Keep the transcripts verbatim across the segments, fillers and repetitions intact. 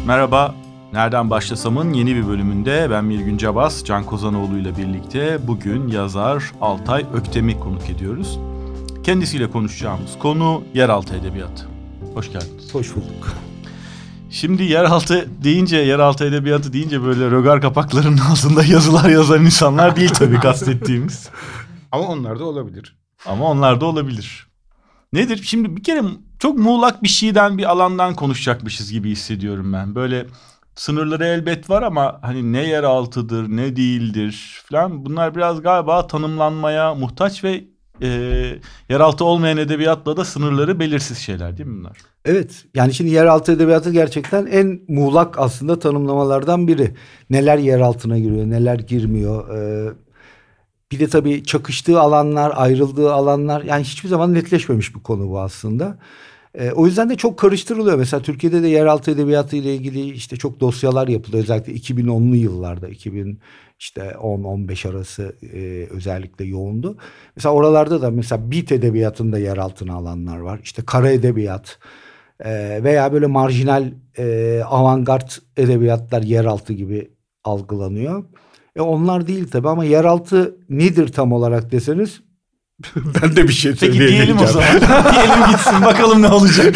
Merhaba, Nereden Başlasam'ın yeni bir bölümünde ben Mirgün Cabas, Can Kozanoğlu ile birlikte bugün yazar Altay Öktem'i konuk ediyoruz. Kendisiyle konuşacağımız konu yeraltı edebiyatı. Hoş geldiniz. Hoş bulduk. Şimdi yeraltı deyince, yeraltı edebiyatı deyince böyle rögar kapaklarının altında yazılar yazan insanlar değil tabii kastettiğimiz. Ama onlar da olabilir. Ama onlar da olabilir. Nedir? Şimdi bir kere çok muğlak bir şeyden, bir alandan konuşacakmışız gibi hissediyorum ben. Böyle sınırları elbet var ama hani ne yeraltıdır, ne değildir falan, bunlar biraz galiba tanımlanmaya muhtaç ve e, yeraltı olmayan edebiyatla da sınırları belirsiz şeyler değil mi bunlar? Evet, yani şimdi yeraltı edebiyatı gerçekten en muğlak aslında tanımlamalardan biri. Neler yer altına giriyor, neler girmiyor. Ee, bir de tabii çakıştığı alanlar, ayrıldığı alanlar, yani hiçbir zaman netleşmemiş bir konu bu aslında. Ee, o yüzden de çok karıştırılıyor. Mesela Türkiye'de de yeraltı edebiyatı ile ilgili işte çok dosyalar yapılıyor. Özellikle iki bin onlu yıllarda, iki bin işte on on beş arası e, özellikle yoğundu. Mesela oralarda da mesela beat edebiyatında yer altına alanlar var. İşte kara edebiyat e, veya böyle marjinal e, avantgard edebiyatlar yeraltı gibi algılanıyor. E onlar değil tabii, ama yeraltı nedir tam olarak deseniz ben de bir şey söyleyemeyeceğim. Peki diyelim o zaman. Diyelim gitsin, bakalım ne olacak.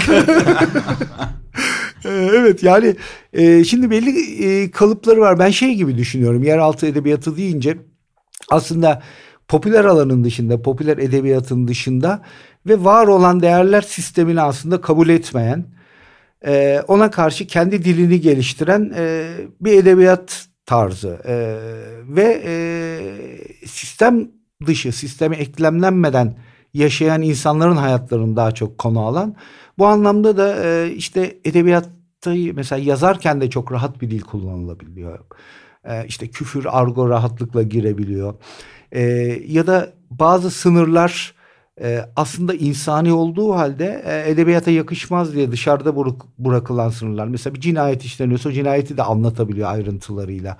Evet, yani e, şimdi belli e, kalıpları var. Ben şey gibi düşünüyorum. Yeraltı edebiyatı deyince aslında popüler alanın dışında, popüler edebiyatın dışında ve var olan değerler sistemini aslında kabul etmeyen, e, ona karşı kendi dilini geliştiren e, bir edebiyat tarzı e, ve e, sistem dışı, sisteme eklemlenmeden yaşayan insanların hayatlarını daha çok konu alan. Bu anlamda da e, işte edebiyatta mesela yazarken de çok rahat bir dil kullanılabiliyor. E, işte küfür, argo rahatlıkla girebiliyor. E, ya da bazı sınırlar e, aslında insani olduğu halde e, edebiyata yakışmaz diye dışarıda bırak, bırakılan sınırlar. Mesela bir cinayet işleniyorsa o cinayeti de anlatabiliyor ayrıntılarıyla.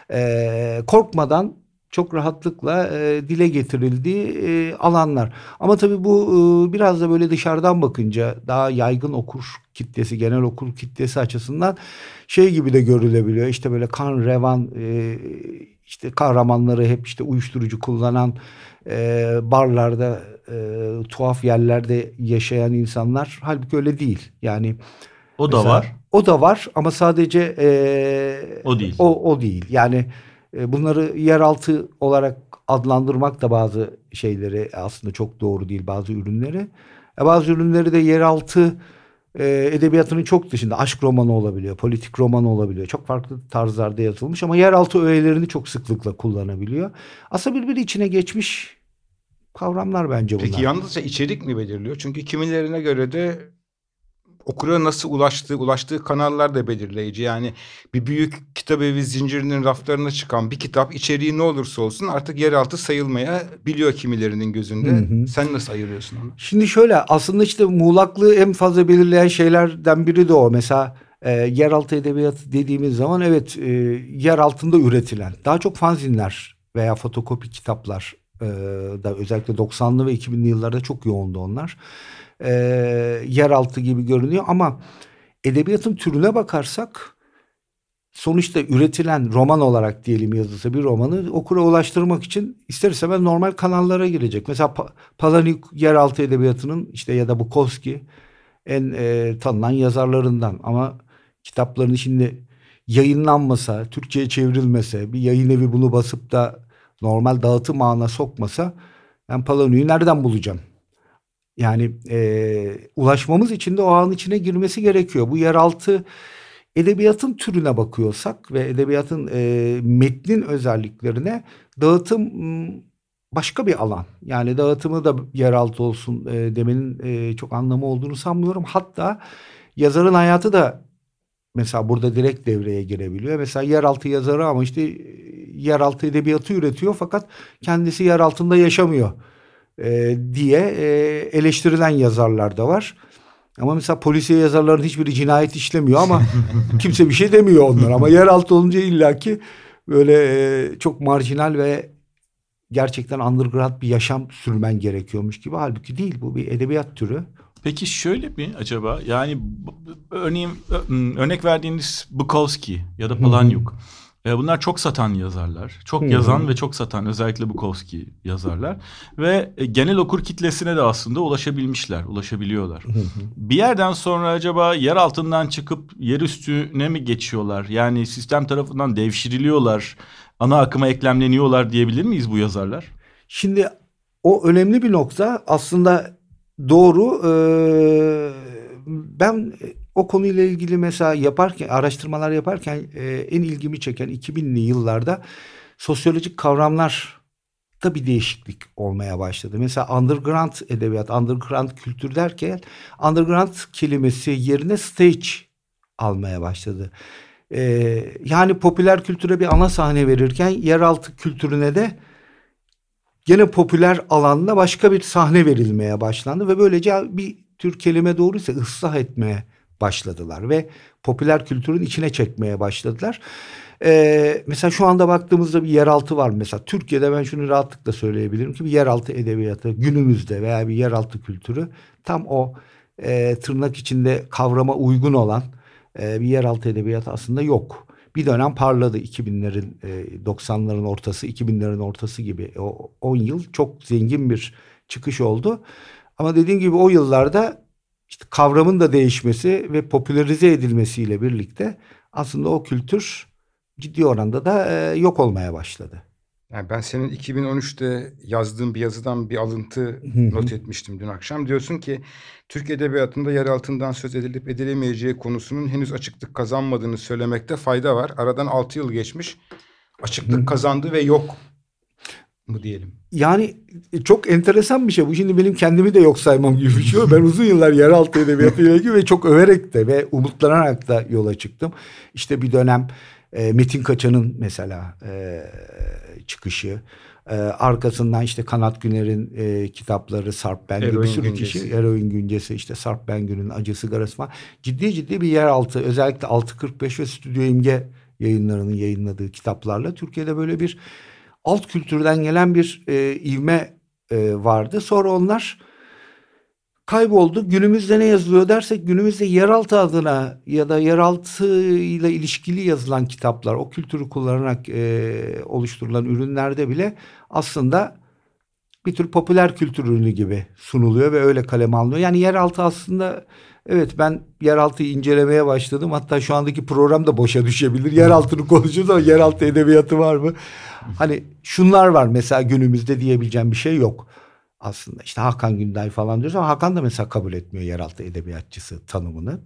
E, korkmadan çok rahatlıkla e, dile getirildiği e, alanlar. Ama tabii bu e, biraz da böyle dışarıdan bakınca daha yaygın okur kitlesi, genel okur kitlesi açısından şey gibi de görülebiliyor. İşte böyle kan revan, e, işte kahramanları hep işte uyuşturucu kullanan, e, barlarda, e, tuhaf yerlerde yaşayan insanlar. Halbuki öyle değil. Yani O da mesela, var. O da var ama sadece e, O değil. O, o değil. Yani bunları yeraltı olarak adlandırmak da bazı şeyleri aslında çok doğru değil, bazı ürünleri. E bazı ürünleri de yeraltı e, edebiyatının çok dışında, aşk romanı olabiliyor, politik roman olabiliyor. Çok farklı tarzlarda yazılmış ama yeraltı öğelerini çok sıklıkla kullanabiliyor. Aslında birbiri içine geçmiş kavramlar bence bunlar. Peki yalnızca içerik mi belirliyor? Çünkü kimilerine göre de okura nasıl ulaştığı, ulaştığı kanallar da belirleyici. Yani bir büyük kitabevi zincirinin raflarına çıkan bir kitap içeriği ne olursa olsun artık yeraltı sayılmaya biliyor kimilerinin gözünde. Hı hı. Sen nasıl ayırıyorsun onu? Şimdi şöyle, aslında işte muğlaklığı en fazla belirleyen şeylerden biri de o. Mesela e, yeraltı edebiyatı dediğimiz zaman evet, e, yer altında üretilen daha çok fanzinler veya fotokopi kitaplar e, da özellikle doksanlı ve iki binli yıllarda çok yoğundu onlar. E, yeraltı gibi görünüyor ama edebiyatın türüne bakarsak sonuçta üretilen roman olarak diyelim yazılsa bir romanı okura ulaştırmak için ister istemez normal kanallara girecek. Mesela pa- Palahniuk yeraltı edebiyatının işte ya da Bukowski en e, tanınan yazarlarından ama kitaplarını şimdi yayınlanmasa, Türkçe'ye çevrilmese, bir yayın evi bunu basıp da normal dağıtım ağına sokmasa ben Palahniuk'u nereden bulacağım? Yani e, ulaşmamız için de o ağın içine girmesi gerekiyor. Bu yeraltı edebiyatın türüne bakıyorsak ve edebiyatın e, metnin özelliklerine, dağıtım başka bir alan. Yani dağıtımı da yeraltı olsun e, demenin e, çok anlamı olduğunu sanmıyorum. Hatta yazarın hayatı da mesela burada direkt devreye girebiliyor. Mesela yeraltı yazarı ama işte yeraltı edebiyatı üretiyor fakat kendisi yer altında yaşamıyor e, diye e, eleştirilen yazarlar da var. Ama mesela polisiye yazarların hiçbiri cinayet işlemiyor ama kimse bir şey demiyor onlar. Ama yeraltı olunca illaki böyle e, çok marjinal ve gerçekten underground bir yaşam sürmen gerekiyormuş gibi. Halbuki değil, bu bir edebiyat türü. Peki şöyle mi acaba? Yani örneğin örnek verdiğiniz Bukowski ya da Palahniuk. Bunlar çok satan yazarlar. Çok Hı-hı. yazan ve çok satan, özellikle Bukowski yazarlar. Ve genel okur kitlesine de aslında ulaşabilmişler, ulaşabiliyorlar. Hı-hı. Bir yerden sonra acaba yer altından çıkıp yer üstüne mi geçiyorlar? Yani sistem tarafından devşiriliyorlar, ana akıma eklemleniyorlar diyebilir miyiz bu yazarlar? Şimdi o önemli bir nokta. Aslında doğru. Ee, ben o konuyla ilgili mesela yaparken, araştırmalar yaparken e, en ilgimi çeken iki binli yıllarda sosyolojik kavramlarda bir değişiklik olmaya başladı. Mesela underground edebiyat, underground kültür derken underground kelimesi yerine stage almaya başladı. Ee, yani popüler kültüre bir ana sahne verirken yeraltı kültürüne de gene popüler alanda başka bir sahne verilmeye başlandı ve böylece bir tür kelime doğruysa ıslah etmeye başladılar ve popüler kültürün içine çekmeye başladılar. Ee, mesela şu anda baktığımızda bir yeraltı var. Mesela Türkiye'de ben şunu rahatlıkla söyleyebilirim ki bir yeraltı edebiyatı günümüzde veya bir yeraltı kültürü tam o e, tırnak içinde kavrama uygun olan e, bir yeraltı edebiyatı aslında yok. Bir dönem parladı iki binlerin, doksanların ortası, iki binlerin ortası gibi. O on yıl çok zengin bir çıkış oldu. Ama dediğim gibi o yıllarda işte kavramın da değişmesi ve popülerize edilmesiyle birlikte aslında o kültür ciddi oranda da yok olmaya başladı. Yani ben senin iki bin on üçte yazdığın bir yazıdan bir alıntı not etmiştim dün akşam. Diyorsun ki Türk edebiyatında yer altından söz edilip edilemeyeceği konusunun henüz açıklık kazanmadığını söylemekte fayda var. Aradan altı yıl geçmiş. Açıklık kazandı ve yok mu diyelim? Yani çok enteresan bir şey. Bu şimdi benim kendimi de yok saymam gibi bir şey. Ben uzun yıllar yeraltı edebiyatıyla ilgili ve çok överek de ve umutlanarak da yola çıktım. İşte bir dönem e, Metin Kaçan'ın mesela e, çıkışı. E, arkasından işte Kanat Güner'in e, kitapları, Sarp Ben gibi bir sürü kişi. Eroin Güncesi, işte Sarp Bengü'nün Acı Sigarası falan. Ciddi ciddi bir yeraltı, özellikle altı kırk beş ve Stüdyo İmge yayınlarının yayınladığı kitaplarla Türkiye'de böyle bir alt kültürden gelen bir e, ivme e, vardı. Sonra onlar kayboldu. Günümüzde ne yazılıyor dersek, günümüzde yeraltı adına ya da yeraltı ile ilişkili yazılan kitaplar, o kültürü kullanarak e, oluşturulan ürünlerde bile aslında bir tür popüler kültür ürünü gibi sunuluyor ve öyle kaleme alınıyor. Yani yeraltı aslında, evet, ben yeraltıyı incelemeye başladım. Hatta şu andaki program da boşa düşebilir. Yeraltını konuşuyoruz ama yeraltı edebiyatı var mı? Hani şunlar var mesela günümüzde diyebileceğim bir şey yok. Aslında işte Hakan Günday falan diyoruz ama Hakan da mesela kabul etmiyor yeraltı edebiyatçısı tanımını.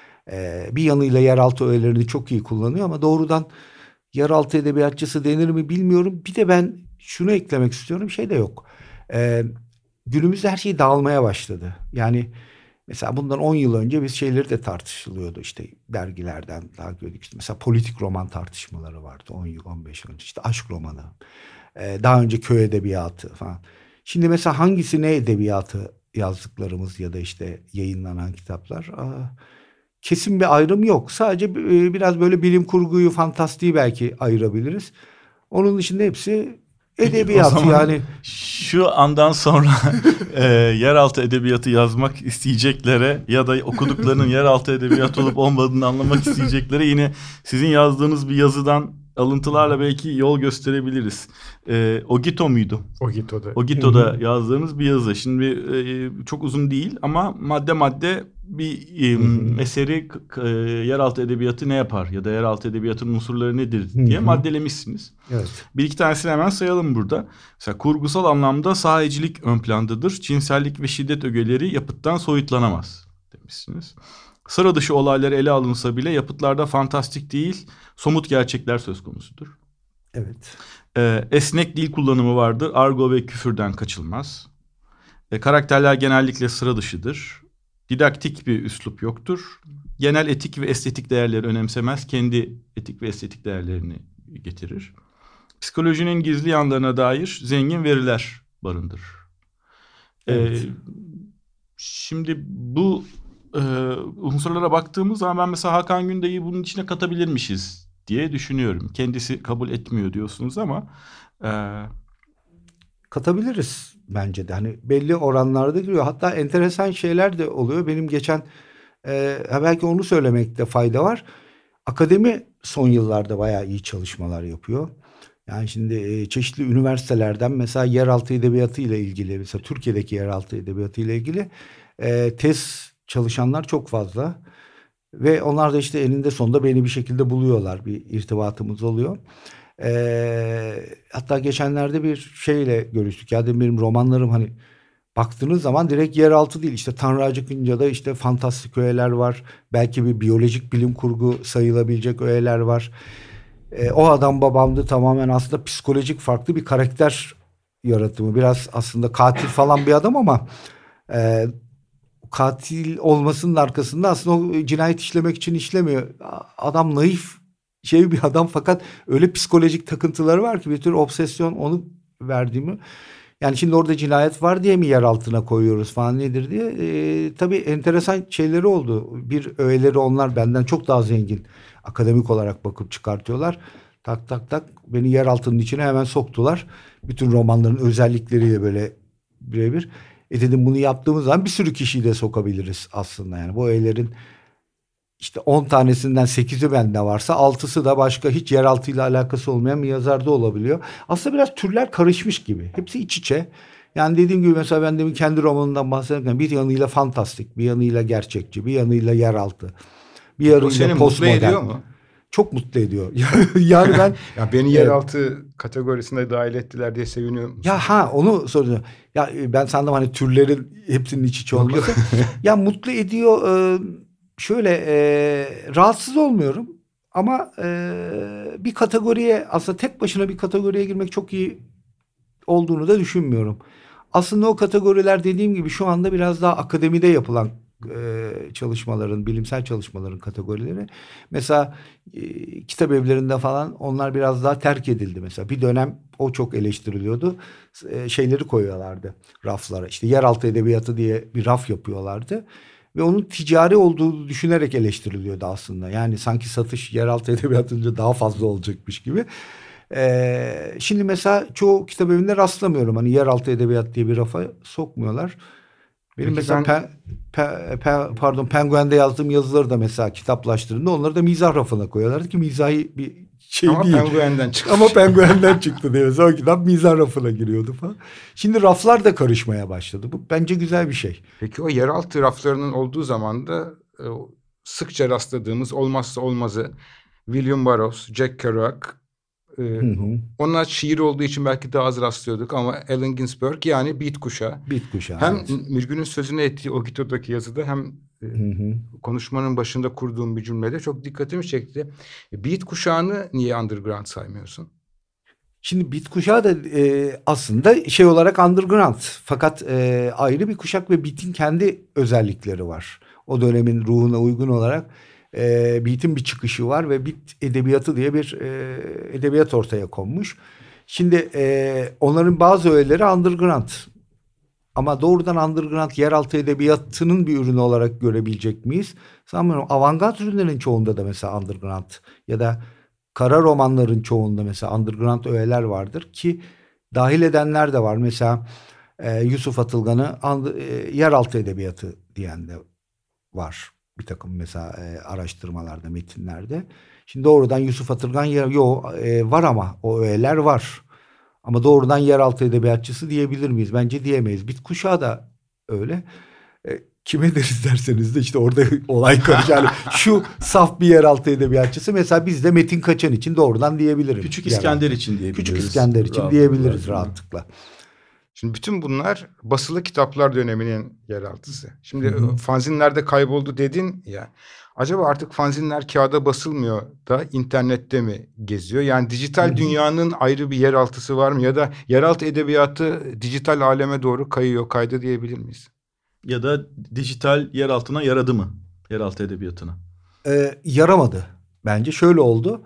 Ee, bir yanıyla yeraltı öğelerini çok iyi kullanıyor ama doğrudan yeraltı edebiyatçısı denir mi bilmiyorum. Bir de ben şunu eklemek istiyorum, şey de yok. Ee, günümüzde her şey dağılmaya başladı. Yani mesela bundan on yıl önce biz şeyleri de tartışılıyordu, işte dergilerden takip ediyorduk. İşte mesela politik roman tartışmaları vardı on yıl on beş yıl önce, işte aşk romanı, ee, daha önce köy edebiyatı falan. Şimdi mesela hangisi ne edebiyatı yazdıklarımız ya da işte yayınlanan kitaplar, aa, kesin bir ayrım yok. Sadece e, biraz böyle bilim kurguyu, fantastiği belki ayırabiliriz. Onun dışında hepsi edebiyat yani. Şu andan sonra e, yeraltı edebiyatı yazmak isteyeceklere ya da okuduklarının yeraltı edebiyatı olup olmadığını anlamak isteyeceklere yine sizin yazdığınız bir yazıdan alıntılarla belki yol gösterebiliriz. E, Ogito muydu? Ogito'da. Ogito'da yazdığınız bir yazı. Şimdi e, çok uzun değil ama madde madde bir e, eseri e, yeraltı edebiyatı ne yapar ya da yeraltı edebiyatının unsurları nedir diye Hı-hı. maddelemişsiniz. Evet. Bir iki tanesini hemen sayalım burada. Mesela kurgusal anlamda sahicilik ön plandadır. Cinsellik ve şiddet ögeleri yapıttan soyutlanamaz demişsiniz. Sıra dışı olaylar ele alınsa bile yapıtlarda fantastik değil, somut gerçekler söz konusudur. Evet. Ee, esnek dil kullanımı vardır. Argo ve küfürden kaçılmaz. Ee, karakterler genellikle sıra dışıdır. Didaktik bir üslup yoktur. Genel etik ve estetik değerleri önemsemez. Kendi etik ve estetik değerlerini getirir. Psikolojinin gizli yanlarına dair zengin veriler barındırır. Evet. Ee, şimdi bu e, unsurlara baktığımız zaman ben mesela Hakan Günday'ı bunun içine katabilirmişiz diye düşünüyorum. Kendisi kabul etmiyor diyorsunuz ama... E... katabiliriz bence de. Hani belli oranlarda giriyor. Hatta enteresan şeyler de oluyor. Benim geçen e, belki onu söylemekte fayda var. Akademi son yıllarda bayağı iyi çalışmalar yapıyor. Yani şimdi e, çeşitli üniversitelerden mesela yeraltı edebiyatı ile ilgili, mesela Türkiye'deki yeraltı edebiyatı ile ilgili e, tez çalışanlar çok fazla. Ve onlar da işte eninde sonunda beni bir şekilde buluyorlar. Bir irtibatımız oluyor. E, hatta geçenlerde bir şeyle görüştük. Ya dedim, benim romanlarım hani baktığınız zaman direkt yeraltı değil. İşte Tanrı Acıkınca da işte fantastik öğeler var. Belki bir biyolojik bilim kurgu sayılabilecek öğeler var. E, o adam babamdı tamamen aslında psikolojik farklı bir karakter yaratımı. Biraz aslında katil falan bir adam ama e, katil olmasının arkasında aslında o cinayet işlemek için işlemiyor. Adam naif şey bir adam, fakat öyle psikolojik takıntıları var ki bir tür obsesyon, onu verdiğimi. Yani şimdi orada cinayet var diye mi yer altına koyuyoruz falan, nedir diye. E, tabii enteresan şeyleri oldu. Bir öğeleri onlar benden çok daha zengin. Akademik olarak bakıp çıkartıyorlar. Tak tak tak beni yer altının içine hemen soktular. Bütün romanların özellikleriyle böyle birebir. E dedim, bunu yaptığımız zaman bir sürü kişiyi de sokabiliriz aslında. Yani bu öğelerin işte on tanesinden sekizi bende varsa altısı da başka hiç yeraltıyla alakası olmayan bir yazarda olabiliyor. Aslında biraz türler karışmış gibi. Hepsi iç içe. Yani dediğim gibi mesela ben demin kendi romanından bahsederken bir yanıyla fantastik, bir yanıyla gerçekçi, bir yanıyla yeraltı, bir yanıyla postmodern. O seni mutlu ediyor mu? Çok mutlu ediyor. Yani ben ya beni yeraltı evet. kategorisine dahil ettiler diye seviniyorum. Ya ha onu soruyorum. Ya ben sandım hani türlerin hepsinin iç içe olması. Ya mutlu ediyor. E, şöyle e, rahatsız olmuyorum. Ama e, bir kategoriye, aslında tek başına bir kategoriye girmek çok iyi olduğunu da düşünmüyorum. Aslında o kategoriler dediğim gibi şu anda biraz daha akademide yapılan e, çalışmaların, bilimsel çalışmaların kategorileri. Mesela e, kitap evlerinde falan onlar biraz daha terk edildi mesela. Bir dönem o çok eleştiriliyordu. E, şeyleri koyuyorlardı raflara. İşte yeraltı edebiyatı diye bir raf yapıyorlardı. Ve onun ticari olduğunu düşünerek eleştiriliyordu aslında. Yani sanki satış yeraltı edebiyatınca daha fazla olacakmış gibi. Ee, şimdi mesela çoğu kitap evinde rastlamıyorum. Hani yeraltı edebiyat diye bir rafa sokmuyorlar. Benim Peki mesela ben... pe, pe, pe, pardon Penguen'de yazdığım yazıları da mesela kitaplaştırında onları da mizah rafına koyuyorlardı ki mizahi bir şey Ama değil. Penguen'den çıktı. Ama Penguen'den çıktı diye. O kitap mizah rafına giriyordu falan. Şimdi raflar da karışmaya başladı. Bu bence güzel bir şey. Peki o yeraltı raflarının olduğu zaman da e, sıkça rastladığımız olmazsa olmazı William Burroughs, Jack Kerouac. E, hı hı. Onlar şiir olduğu için belki daha az rastlıyorduk ama Allen Ginsberg yani Beat kuşağı. Beat kuşağı. Hem evet. Mürgün'ün sözünü ettiği Ogito'daki yazıda hem e, hı hı. konuşmanın başında kurduğum bir cümlede çok dikkatimi çekti. Beat kuşağını niye underground saymıyorsun? Şimdi Beat kuşağı da e, aslında şey olarak underground. Fakat e, ayrı bir kuşak ve Beat'in kendi özellikleri var. O dönemin ruhuna uygun olarak e, Beat'in bir çıkışı var ve Beat edebiyatı diye bir e, edebiyat ortaya konmuş. Şimdi e, onların bazı öğeleri underground. Ama doğrudan underground yeraltı edebiyatının bir ürünü olarak görebilecek miyiz? Sanmıyorum. Avantgard ürünlerin çoğunda da mesela underground ya da kara romanların çoğunda mesela underground öğeler vardır ki dahil edenler de var. Mesela e, Yusuf Atılgan'ı and, e, yeraltı edebiyatı diyen de var. Bir takım mesela e, araştırmalarda, metinlerde. Şimdi doğrudan Yusuf Atılgan yok e, var ama o öğeler var. Ama doğrudan yeraltı edebiyatçısı diyebilir miyiz? Bence diyemeyiz. Bit kuşağı da öyle. E, kime deriz derseniz de işte orada olay karışıyor. Yani şu saf bir yeraltı edebiyatçısı mesela biz de Metin Kaçan için doğrudan diyebilirim. Küçük İskender yeraltı. için diyebiliriz. Küçük İskender için rahatlıkla diyebiliriz rahatlıkla. Şimdi bütün bunlar basılı kitaplar döneminin yeraltısı. Şimdi hı hı. fanzinlerde kayboldu dedin ya. Acaba artık fanzinler kağıda basılmıyor da internette mi geziyor? Yani dijital hı hı. dünyanın ayrı bir yeraltısı var mı? Ya da yeraltı edebiyatı dijital aleme doğru kayıyor, kaydı diyebilir miyiz? Ya da dijital yer altına yaradı mı? Yeraltı edebiyatına. Ee, yaramadı. Bence şöyle oldu.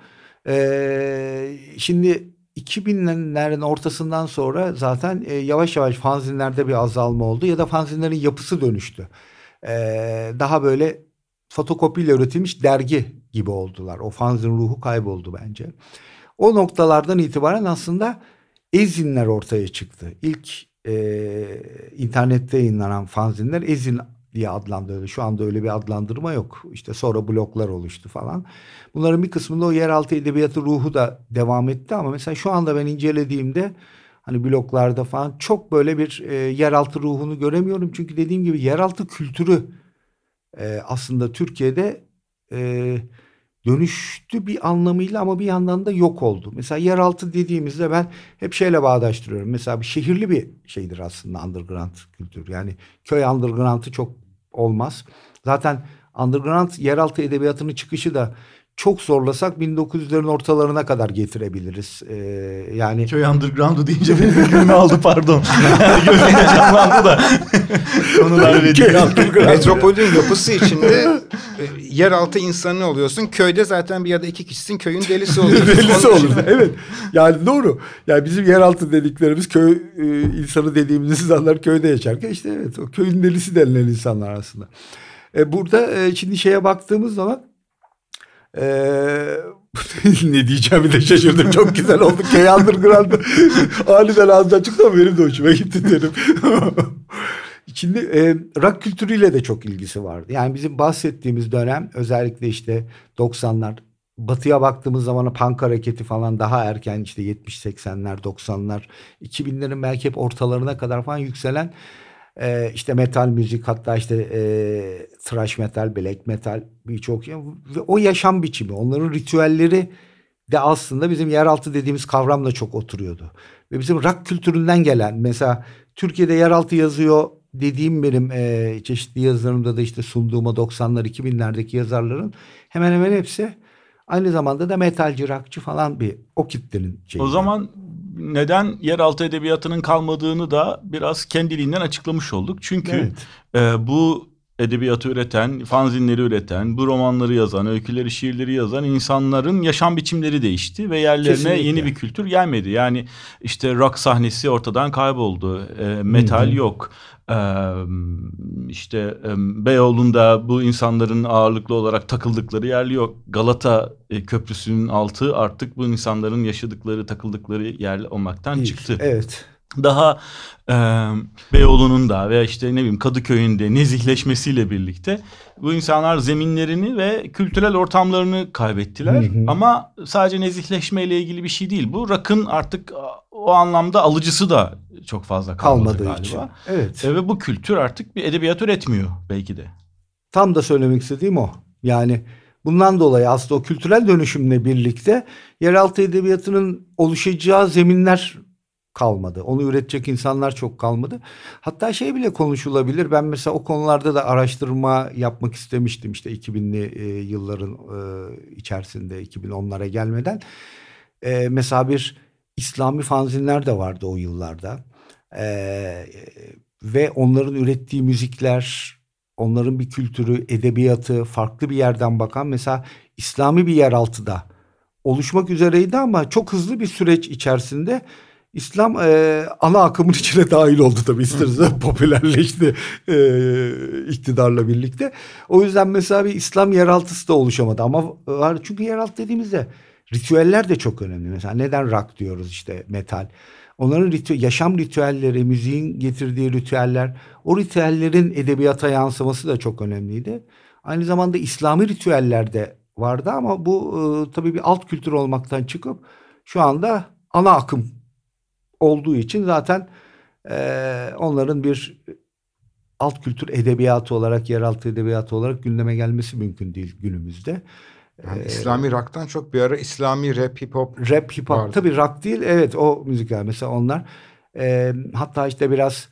Ee, şimdi iki binlerin ortasından sonra zaten e, yavaş yavaş fanzinlerde bir azalma oldu. Ya da fanzinlerin yapısı dönüştü. Ee, daha böyle fotokopiyle üretilmiş dergi gibi oldular. O fanzin ruhu kayboldu bence. O noktalardan itibaren aslında Ezinler ortaya çıktı. İlk e, internette yayınlanan fanzinler Ezin diye adlandırıldı. Şu anda öyle bir adlandırma yok. İşte sonra bloklar oluştu falan. Bunların bir kısmında o yeraltı edebiyatı ruhu da devam etti ama mesela şu anda ben incelediğimde hani bloklarda falan çok böyle bir e, yeraltı ruhunu göremiyorum. Çünkü dediğim gibi yeraltı kültürü e, aslında Türkiye'de e, dönüştü bir anlamıyla ama bir yandan da yok oldu. Mesela yeraltı dediğimizde ben hep şeyle bağdaştırıyorum. Mesela bir şehirli bir şeydir aslında underground kültür. Yani köy underground'ı çok olmaz. Zaten underground yeraltı edebiyatının çıkışı da çok zorlasak bin dokuz yüzlerin ortalarına kadar getirebiliriz. Ee, yani Köy underground'u deyince benim bir gülme aldı pardon. Yani gözümde canlandı da. Konular verdik. Metropolün yapısı içinde e, yeraltı insanı oluyorsun. Köyde zaten bir ya da iki kişisin, köyün delisi oluyorsun. delisi olur. Evet. Yani doğru. Yani bizim yeraltı dediklerimiz köy e, insanı dediğimiz insanlar köyde yaşarken işte evet o köyün delisi denilen insanlar aslında. E, burada e, şimdi şeye baktığımız zaman Ee, ne diyeceğimi de şaşırdım. Çok güzel oldu. Köy underground'ı aniden ağzından çıktı ama benim de hoşuma gitti derim. Şimdi e, rock kültürüyle de çok ilgisi vardı. Yani bizim bahsettiğimiz dönem özellikle işte doksanlar, batıya baktığımız zaman punk hareketi falan daha erken işte yetmiş seksenler, doksanlar, iki binlerin belki hep ortalarına kadar falan yükselen Ee, işte metal müzik hatta işte e, thrash metal, black metal birçok ve o yaşam biçimi, onların ritüelleri de aslında bizim yeraltı dediğimiz kavramla çok oturuyordu. Ve bizim rock kültüründen gelen mesela Türkiye'de yeraltı yazıyor dediğim benim e, çeşitli yazılarımda da işte sunduğuma doksanlar iki binlerdeki yazarların hemen hemen hepsi aynı zamanda da metalci, rockçı falan bir o kitlenin şeyi. O zaman neden yeraltı edebiyatının kalmadığını da biraz kendiliğinden açıklamış olduk. Çünkü Evet. e, bu edebiyatı üreten, fanzinleri üreten, bu romanları yazan, öyküleri, şiirleri yazan insanların yaşam biçimleri değişti ve yerlerine Kesinlikle. yeni bir kültür gelmedi. Yani işte rock sahnesi ortadan kayboldu, e, metal Hı-hı. yok. Ee, işte e, Beyoğlu'nda bu insanların ağırlıklı olarak takıldıkları yer yok. Galata e, Köprüsü'nün altı artık bu insanların yaşadıkları, takıldıkları yer olmaktan İyi. çıktı. Evet. Daha e, Beyoğlu'nun da veya işte ne bileyim Kadıköy'ün de nezihleşmesiyle birlikte bu insanlar zeminlerini ve kültürel ortamlarını kaybettiler. Hı hı. Ama sadece nezihleşmeyle ilgili bir şey değil. Bu rock'ın artık o anlamda alıcısı da çok fazla kalmadı Kalmadığı galiba. için. Evet. E, ve bu kültür artık bir edebiyat üretmiyor belki de. Tam da söylemek istediğim o. Yani bundan dolayı aslında o kültürel dönüşümle birlikte yeraltı edebiyatının oluşacağı zeminler kalmadı. Onu üretecek insanlar çok kalmadı. Hatta şey bile konuşulabilir. Ben mesela o konularda da araştırma yapmak istemiştim. İşte iki binli e, yılların e, içerisinde iki bin onlara gelmeden. E, mesela bir İslami fanzinler de vardı o yıllarda. E, ve onların ürettiği müzikler, onların bir kültürü, edebiyatı farklı bir yerden bakan mesela İslami bir yeraltıda oluşmak üzereydi ama çok hızlı bir süreç içerisinde İslam e, ana akımın içine dahil oldu tabii isterse popülerleşti e, iktidarla birlikte. O yüzden mesela bir İslam yeraltısı da oluşamadı ama var çünkü yeraltı dediğimizde ritüeller de çok önemli. Mesela neden rock diyoruz işte metal. Onların ritü, yaşam ritüelleri, müziğin getirdiği ritüeller, o ritüellerin edebiyata yansıması da çok önemliydi. Aynı zamanda İslami ritüeller de vardı ama bu e, tabii bir alt kültür olmaktan çıkıp şu anda ana akım olduğu için zaten e, onların bir alt kültür edebiyatı olarak, yeraltı edebiyatı olarak gündeme gelmesi mümkün değil günümüzde. Yani Ee, İslami rock'tan çok bir ara İslami rap, hip hop Rap, hip hop vardı. tabii rock değil. Evet o müzikler mesela onlar. Ee, hatta işte biraz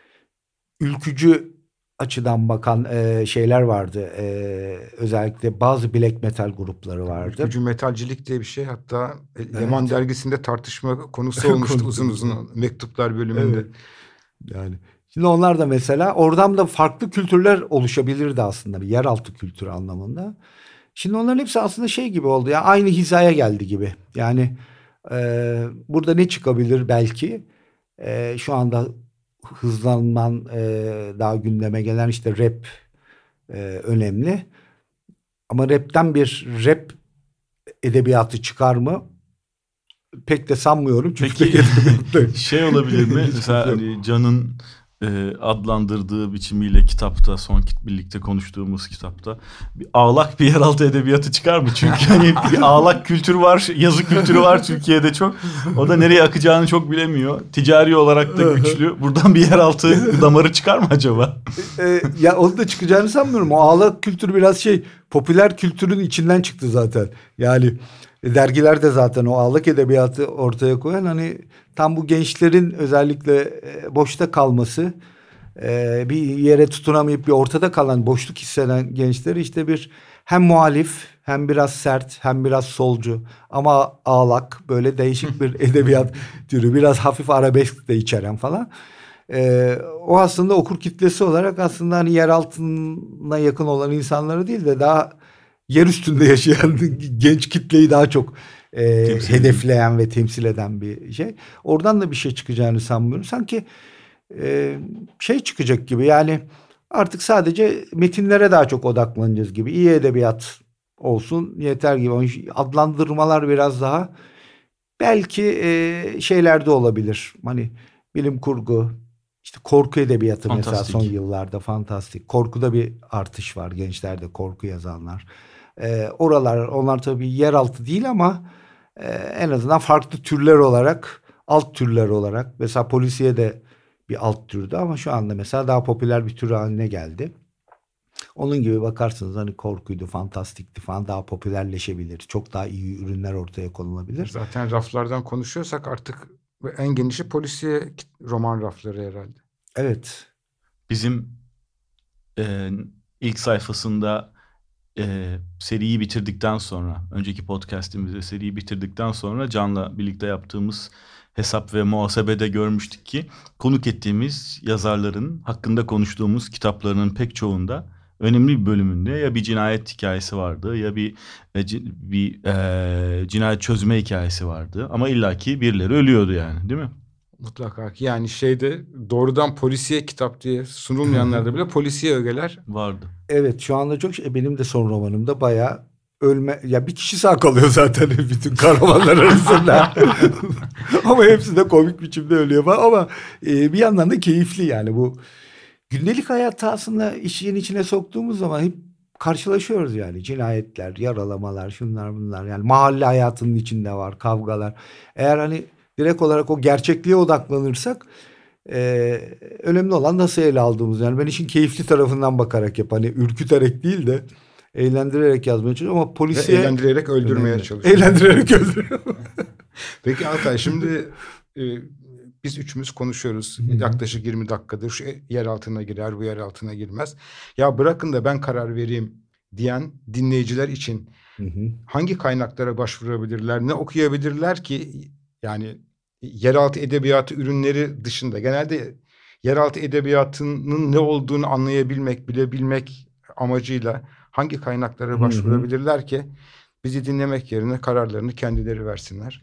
ülkücü açıdan bakan e, şeyler vardı. E, özellikle bazı black metal grupları vardı. Ülkücü metalcilik diye bir şey. Hatta Leman evet. dergisinde tartışma konusu olmuştu uzun uzun mektuplar bölümünde. Evet. Yani şimdi onlar da mesela oradan da farklı kültürler oluşabilirdi aslında bir yeraltı kültürü anlamında. Şimdi onların hepsi aslında şey gibi oldu ya aynı hizaya geldi gibi. Yani e, burada ne çıkabilir belki e, şu anda hızlanman e, daha gündeme gelen işte rap e, önemli. Ama rapten bir rap edebiyatı çıkar mı? pek de sanmıyorum. Çünkü Peki şey olabilir mi? Mesela hani Can'ın e, adlandırdığı biçimiyle kitapta, son kit birlikte konuştuğumuz kitapta bir ağlak bir yeraltı edebiyatı çıkar mı? Çünkü hani bir ağlak kültürü var, yazı kültürü var Türkiye'de çok. O da nereye akacağını çok bilemiyor. Ticari olarak da güçlü. Buradan bir yeraltı damarı çıkar mı acaba? e, ya onun da çıkacağını sanmıyorum. O ağlak kültürü biraz şey, popüler kültürün içinden çıktı zaten. Yani dergiler de zaten o ağlak edebiyatı ortaya koyan, hani tam bu gençlerin özellikle boşta kalması, bir yere tutunamayıp bir ortada kalan, boşluk hisseden gençleri işte bir hem muhalif hem biraz sert hem biraz solcu ama ağlak, böyle değişik bir edebiyat türü, biraz hafif arabesk de içeren falan. Ee, o aslında okur kitlesi olarak aslında hani yer altına yakın olan insanları değil de daha yer üstünde yaşayan genç kitleyi daha çok e, hedefleyen ve temsil eden bir şey. Oradan da bir şey çıkacağını sanmıyorum. Sanki e, şey çıkacak gibi, yani artık sadece metinlere daha çok odaklanacağız gibi. İyi edebiyat olsun yeter gibi. Adlandırmalar biraz daha belki e, şeylerde olabilir. Hani bilim kurgu, işte korku edebiyatı fantastik. Mesela son yıllarda fantastik. Korkuda bir artış var, gençlerde korku yazanlar. Ee, oralar, onlar tabii yeraltı değil ama e, en azından farklı türler olarak, alt türler olarak. Mesela polisiye de bir alt türdü ama şu anda mesela daha popüler bir tür haline geldi. Onun gibi bakarsınız hani korkuydu, fantastikti falan, daha popülerleşebilir. Çok daha iyi ürünler ortaya konulabilir. Zaten raflardan konuşuyorsak artık en genişi polisiye roman rafları herhalde. Evet. Bizim e, ilk sayfasında e, seriyi bitirdikten sonra, önceki podcastimizde seriyi bitirdikten sonra Can'la birlikte yaptığımız hesap ve muhasebede görmüştük ki konuk ettiğimiz yazarların hakkında konuştuğumuz kitaplarının pek çoğunda önemli bir bölümünde ya bir cinayet hikayesi vardı ya bir bir e, cinayet çözme hikayesi vardı ama illaki birileri ölüyordu yani, değil mi? Mutlaka ki yani şeyde doğrudan polisiye kitap diye sunulmayanlarda bile polisiye ögeler vardı. Evet, şu anda çok şey, benim de son romanımda bayağı ölme, ya bir kişi sağ kalıyor zaten bütün kahramanlar arasında. Ama hepsi de komik biçimde ölüyor falan. Ama e, bir yandan da keyifli yani bu gündelik hayatı aslında işin içine soktuğumuz zaman hep karşılaşıyoruz yani. Cinayetler, yaralamalar, şunlar bunlar, yani mahalle hayatının içinde var, kavgalar. Eğer hani direkt olarak o gerçekliğe odaklanırsak Ee, önemli olan nasıl ele aldığımız. Yani ben işin keyifli tarafından bakarak yap. Hani ürküterek değil de eğlendirerek yazmaya çalışıyorum ama polisiye... Ve eğlendirerek öldürmeye çalışıyorum. Eğlendirerek öldürüyorum. Peki Altay, şimdi e, biz üçümüz konuşuyoruz. Yaklaşık yirmi dakikadır şu yer altına girer, bu yer altına girmez. Ya bırakın da ben karar vereyim diyen dinleyiciler için hangi kaynaklara başvurabilirler, ne okuyabilirler ki yani yeraltı edebiyatı ürünleri dışında genelde yeraltı edebiyatının ne olduğunu anlayabilmek, bilebilmek amacıyla hangi kaynaklara başvurabilirler hı hı. ki bizi dinlemek yerine kararlarını kendileri versinler?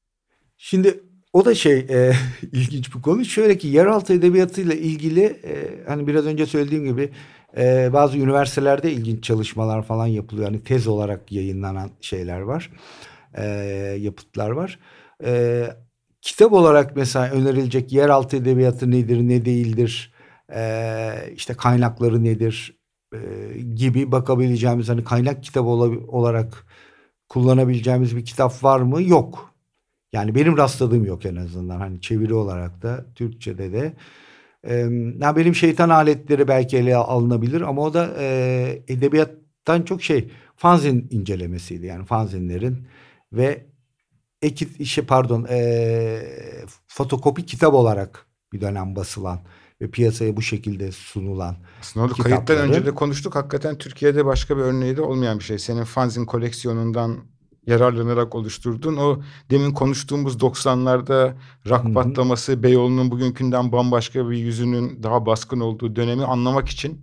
Şimdi o da şey e, ilginç bir konu. Şöyle ki yeraltı edebiyatıyla ilgili e, hani biraz önce söylediğim gibi e, bazı üniversitelerde ilginç çalışmalar falan yapılıyor. Hani tez olarak yayınlanan şeyler var, e, yapıtlar var. E, Kitap olarak mesela önerilecek yeraltı edebiyatı nedir, ne değildir, ee, işte kaynakları nedir e, gibi bakabileceğimiz, hani kaynak kitabı olarak kullanabileceğimiz bir kitap var mı? Yok. Yani benim rastladığım yok en azından. Hani çeviri olarak da Türkçe'de de. Ee, yani benim şeytan aletleri belki ele alınabilir ama o da e, edebiyattan çok şey fanzin incelemesiydi. Yani fanzinlerin ve Eki, şey pardon e, fotokopi kitap olarak bir dönem basılan ve piyasaya bu şekilde sunulan aslında kayıttan önce de konuştuk. Hakikaten Türkiye'de başka bir örneği de olmayan bir şey. Senin fanzin koleksiyonundan yararlanarak oluşturduğun o demin konuştuğumuz doksanlarda rock Hı-hı. patlaması, Beyoğlu'nun bugünkünden bambaşka bir yüzünün daha baskın olduğu dönemi anlamak için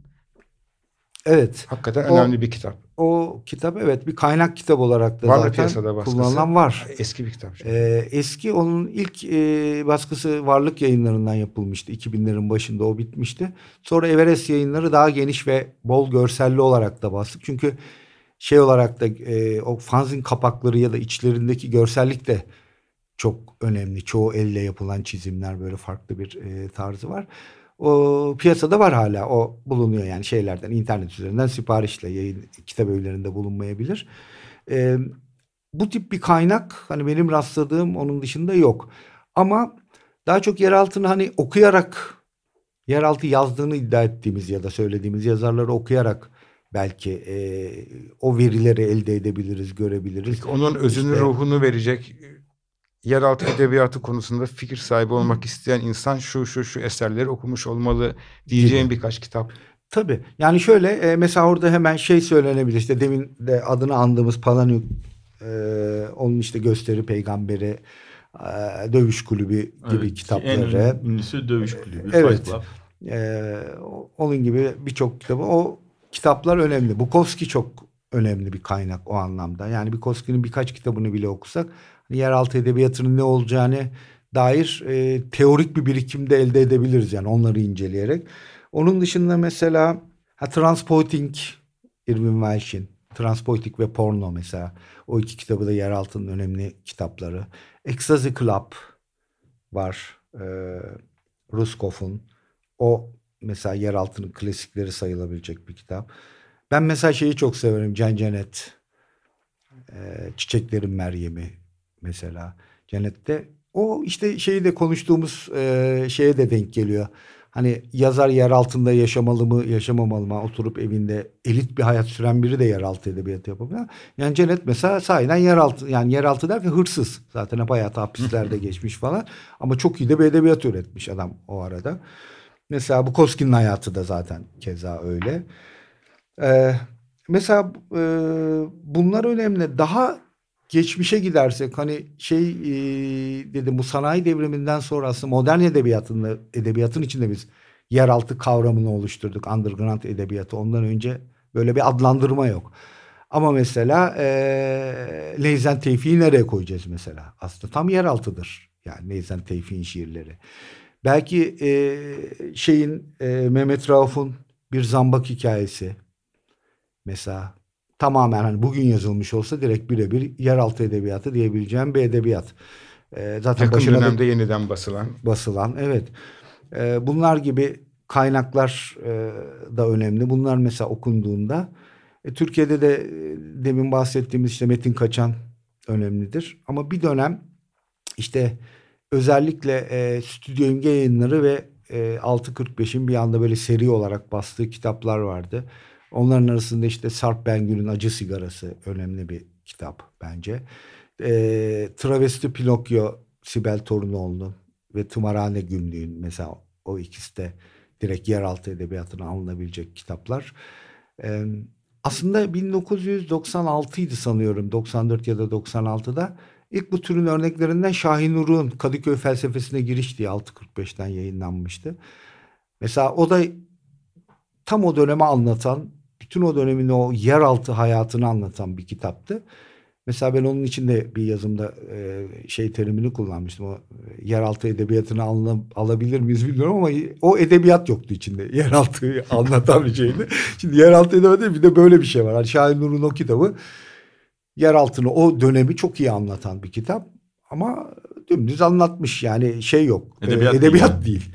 evet. Hakikaten o, önemli bir kitap. O kitap evet bir kaynak kitap olarak da var zaten kullanılan var. Eski bir kitap. Ee, eski onun ilk e, baskısı Varlık Yayınları'ndan yapılmıştı. iki binlerin başında o bitmişti. Sonra Everest Yayınları daha geniş ve bol görselli olarak da bastık. Çünkü şey olarak da e, o fanzin kapakları ya da içlerindeki görsellik de çok önemli. Çoğu elle yapılan çizimler, böyle farklı bir e, tarzı var. O piyasada var hala. O bulunuyor yani şeylerden, internet üzerinden siparişle, yayın kitap evlerinde bulunmayabilir. E, bu tip bir kaynak hani benim rastladığım onun dışında yok. Ama daha çok yeraltını hani okuyarak, yeraltı yazdığını iddia ettiğimiz ya da söylediğimiz yazarları okuyarak belki e, o verileri elde edebiliriz, görebiliriz. Peki onun özünü, İşte- ruhunu verecek, yeraltı edebiyatı konusunda fikir sahibi olmak isteyen insan şu şu şu eserleri okumuş olmalı diyeceğim Gibi. birkaç kitap. Tabii. Yani şöyle e, mesela orada hemen şey söylenebilir. İşte demin de adını andığımız Palahniuk, e, onun işte Gösteri Peygamberi, e, Dövüş Kulübü gibi Evet, kitapları. En ünlüsü Dövüş Kulübü. Evet. Fight Club. E, onun gibi birçok kitabı. O kitaplar önemli. Bukowski çok önemli bir kaynak o anlamda. Yani Bukowski'nin birkaç kitabını bile okusak hani yeraltı edebiyatının ne olacağını dair e, teorik bir birikim de elde edebiliriz yani onları inceleyerek. Onun dışında mesela ha, Transporting, Irving Welsh'in Transporting ve Porno mesela. O iki kitabı da yeraltının önemli kitapları. Ecstasy Club var. E, Ruskov'un. O mesela yeraltının klasikleri sayılabilecek bir kitap. Ben mesela şeyi çok severim. Can Cenet. E, Çiçeklerin Meryem'i mesela. Cennet'te o işte şeyi de konuştuğumuz e, şeye de denk geliyor. Hani yazar yer altında yaşamalı mı, yaşamamalı mı? Oturup evinde elit bir hayat süren biri de yeraltı edebiyatı yapabilir. Yani Cennet mesela sahiden yeraltı, yani yeraltı derken hırsız. Zaten hep hayatı hapislerde geçmiş falan. Ama çok iyi de bir edebiyat üretmiş adam o arada. Mesela Bukowski'nin hayatı da zaten keza öyle. Ee, mesela e, bunlar önemli. Daha geçmişe gidersek hani şey e, dedim bu sanayi devriminden sonra aslında modern edebiyatında edebiyatın içinde biz yeraltı kavramını oluşturduk. Underground edebiyatı. Ondan önce böyle bir adlandırma yok. Ama mesela e, Leysen Tevfik'i nereye koyacağız mesela? Aslında tam yeraltıdır. Yani Leysen Tevfik'in şiirleri. Belki e, şeyin e, Mehmet Rauf'un bir zambak hikayesi. Mesela tamamen hani bugün yazılmış olsa direkt birebir yeraltı edebiyatı diyebileceğim bir edebiyat. Ee, zaten Yakın başına dönemde da yeniden basılan. basılan, evet. Ee, bunlar gibi kaynaklar e, da önemli. Bunlar mesela okunduğunda e, Türkiye'de de e, demin bahsettiğimiz işte Metin Kaçan önemlidir. Ama bir dönem işte özellikle e, Stüdyo İmge Yayınları ve e, altı kırk beşin bir anda böyle seri olarak bastığı kitaplar vardı. Onların arasında işte Sarp Bengü'nün Acı Sigarası önemli bir kitap bence. E, Travesti Pinokyo, Sibel Torunoğlu'nun ve Tımarhane Günlüğü'nün mesela o ikisi de direkt yeraltı edebiyatına alınabilecek kitaplar. E, aslında bin dokuz yüz doksan altıydı sanıyorum, doksan dört ya da doksan altıda. İlk bu türün örneklerinden Şahin Uruk'un Kadıköy Felsefesine Giriş diye altı kırk beşten yayınlanmıştı. Mesela o da tam o dönemi anlatan, bütün o dönemin o yeraltı hayatını anlatan bir kitaptı. Mesela ben onun için de bir yazımda e, şey terimini kullanmıştım. O e, yeraltı edebiyatını al, alabilir miyiz bilmiyorum ama o edebiyat yoktu içinde. Yeraltıyı anlatan bir şeydi. Şimdi yeraltı edebiyatı bir de böyle bir şey var. Hani Şahin Nur'un o kitabı yeraltını, o dönemi çok iyi anlatan bir kitap. Ama dümdüz anlatmış yani şey yok. Edebiyat e, edebiyat değil. değil.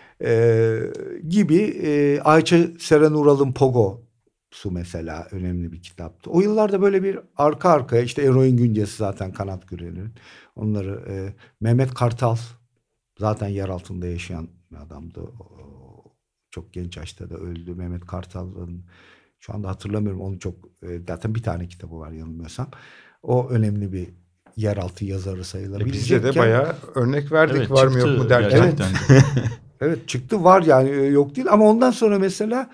E, gibi e, Ayça Seren Ural'ın Pogo'su mesela önemli bir kitaptı. O yıllarda böyle bir arka arkaya işte Eroin Güncesi zaten Kanat Güren'in. Onları e, Mehmet Kartal zaten yer altında yaşayan bir adamdı. O, çok genç yaşta da öldü. Mehmet Kartal'ın şu anda hatırlamıyorum, onun çok e, zaten bir tane kitabı var yanılmıyorsam. O önemli bir yeraltı yazarı E sayılabilecekken. bizde de bayağı örnek verdik, Evet, var mı yok çıktı mu derken. gerçekten. Evet çıktı, var yani, e, yok değil. Ama ondan sonra mesela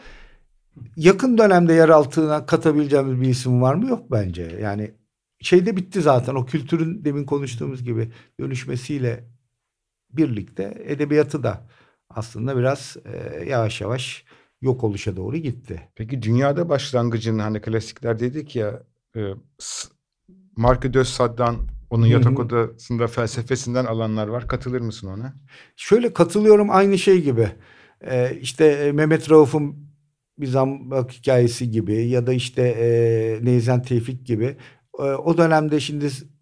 yakın dönemde yeraltına katabileceğimiz bir isim var mı? Yok bence. Yani şeyde bitti zaten, o kültürün demin konuştuğumuz gibi dönüşmesiyle birlikte edebiyatı da aslında biraz e, yavaş yavaş yok oluşa doğru gitti. Peki dünyada başlangıcının, hani klasikler dedik ya, e, S- Marc de Sade'dan, onun Hı hı. yatak odasında felsefesinden alanlar var. Katılır mısın ona? Şöyle katılıyorum, aynı şey gibi. Ee, işte e, Mehmet Rauf'un bir zambak hikayesi gibi ya da işte e, Neyzen Tevfik gibi. E, o dönemde şimdi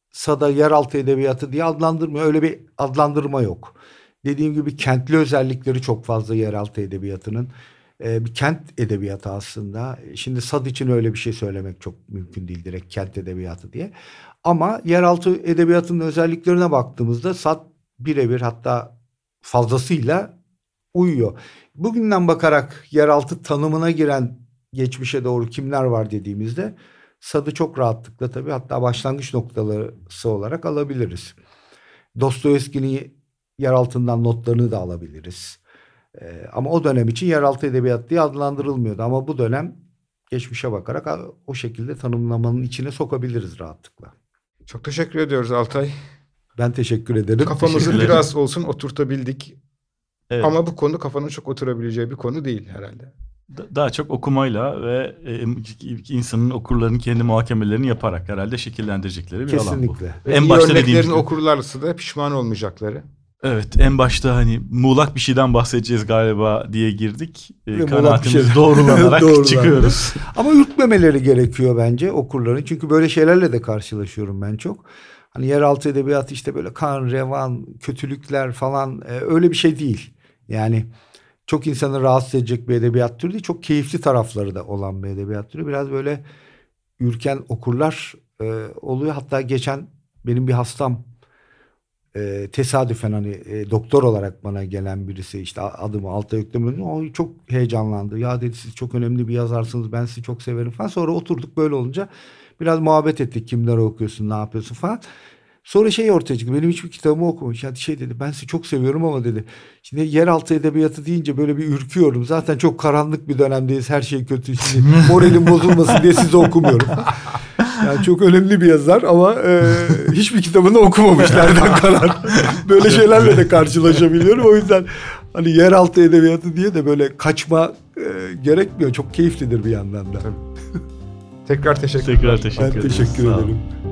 Sada yeraltı edebiyatı diye adlandırmıyor. Öyle bir adlandırma yok. Dediğim gibi kentli özellikleri çok fazla yeraltı edebiyatının. Ee, bir kent edebiyatı aslında. Şimdi Sad için öyle bir şey söylemek çok mümkün değil, direkt kent edebiyatı diye. Ama yeraltı edebiyatının özelliklerine baktığımızda Sad birebir, hatta fazlasıyla uyuyor. Bugünden bakarak yeraltı tanımına giren geçmişe doğru kimler var dediğimizde Sad'ı çok rahatlıkla tabii, hatta başlangıç noktası olarak alabiliriz. Dostoyevski'nin yer altından notlarını da alabiliriz. Ee, ama o dönem için yeraltı edebiyat diye adlandırılmıyordu. Ama bu dönem geçmişe bakarak o şekilde tanımlamanın içine sokabiliriz rahatlıkla. Çok teşekkür ediyoruz Altay. Ben teşekkür ederim. Kafamızı biraz olsun oturtabildik. Evet. Ama bu konu kafanın çok oturabileceği bir konu değil herhalde. Daha çok okumayla ve insanın okurlarının kendi muhakemelerini yaparak herhalde şekillendirecekleri bir Kesinlikle. alan bu. Ve En iyi başta örneklerini dediğimiz gibi. okurlarsa da pişman olmayacakları. Evet, en başta hani muğlak bir şeyden bahsedeceğiz galiba diye girdik. Ve Kanaatimiz şey. doğrulanarak Doğrulandı. çıkıyoruz. Ama ürkmemeleri gerekiyor bence okurların. Çünkü böyle şeylerle de karşılaşıyorum ben çok. Hani yeraltı edebiyatı işte böyle kan, revan, kötülükler falan, e, öyle bir şey değil. Yani çok insanı rahatsız edecek bir edebiyat türü değil. Çok keyifli tarafları da olan bir edebiyat türü. Biraz böyle ürken okurlar e, oluyor. Hatta geçen benim bir hastam e, tesadüfen hani e, doktor olarak bana gelen birisi, işte adımı Altay Öktem, o çok heyecanlandı. Ya dedi, siz çok önemli bir yazarsınız, ben sizi çok severim falan. Sonra oturduk, böyle olunca biraz muhabbet ettik. Kimleri okuyorsun, ne yapıyorsun falan. Sonra şey ortaya çıktı. Benim hiçbir kitabımı okumuş. Yani şey dedi, ben sizi çok seviyorum ama dedi, şimdi yeraltı edebiyatı deyince böyle bir ürküyorum. Zaten çok karanlık bir dönemdeyiz. Her şey kötü. Şimdi moralim bozulmasın diye sizi okumuyorum. Yani çok önemli bir yazar ama e, hiçbir kitabını okumamış. Nereden karar? Böyle şeylerle de karşılaşabiliyorum. O yüzden hani yeraltı edebiyatı diye de böyle kaçma e, gerekmiyor. Çok keyiflidir bir yandan da. Tekrar teşekkür Tekrar teşekkür Ben ederim. teşekkür Sağ olun. ederim.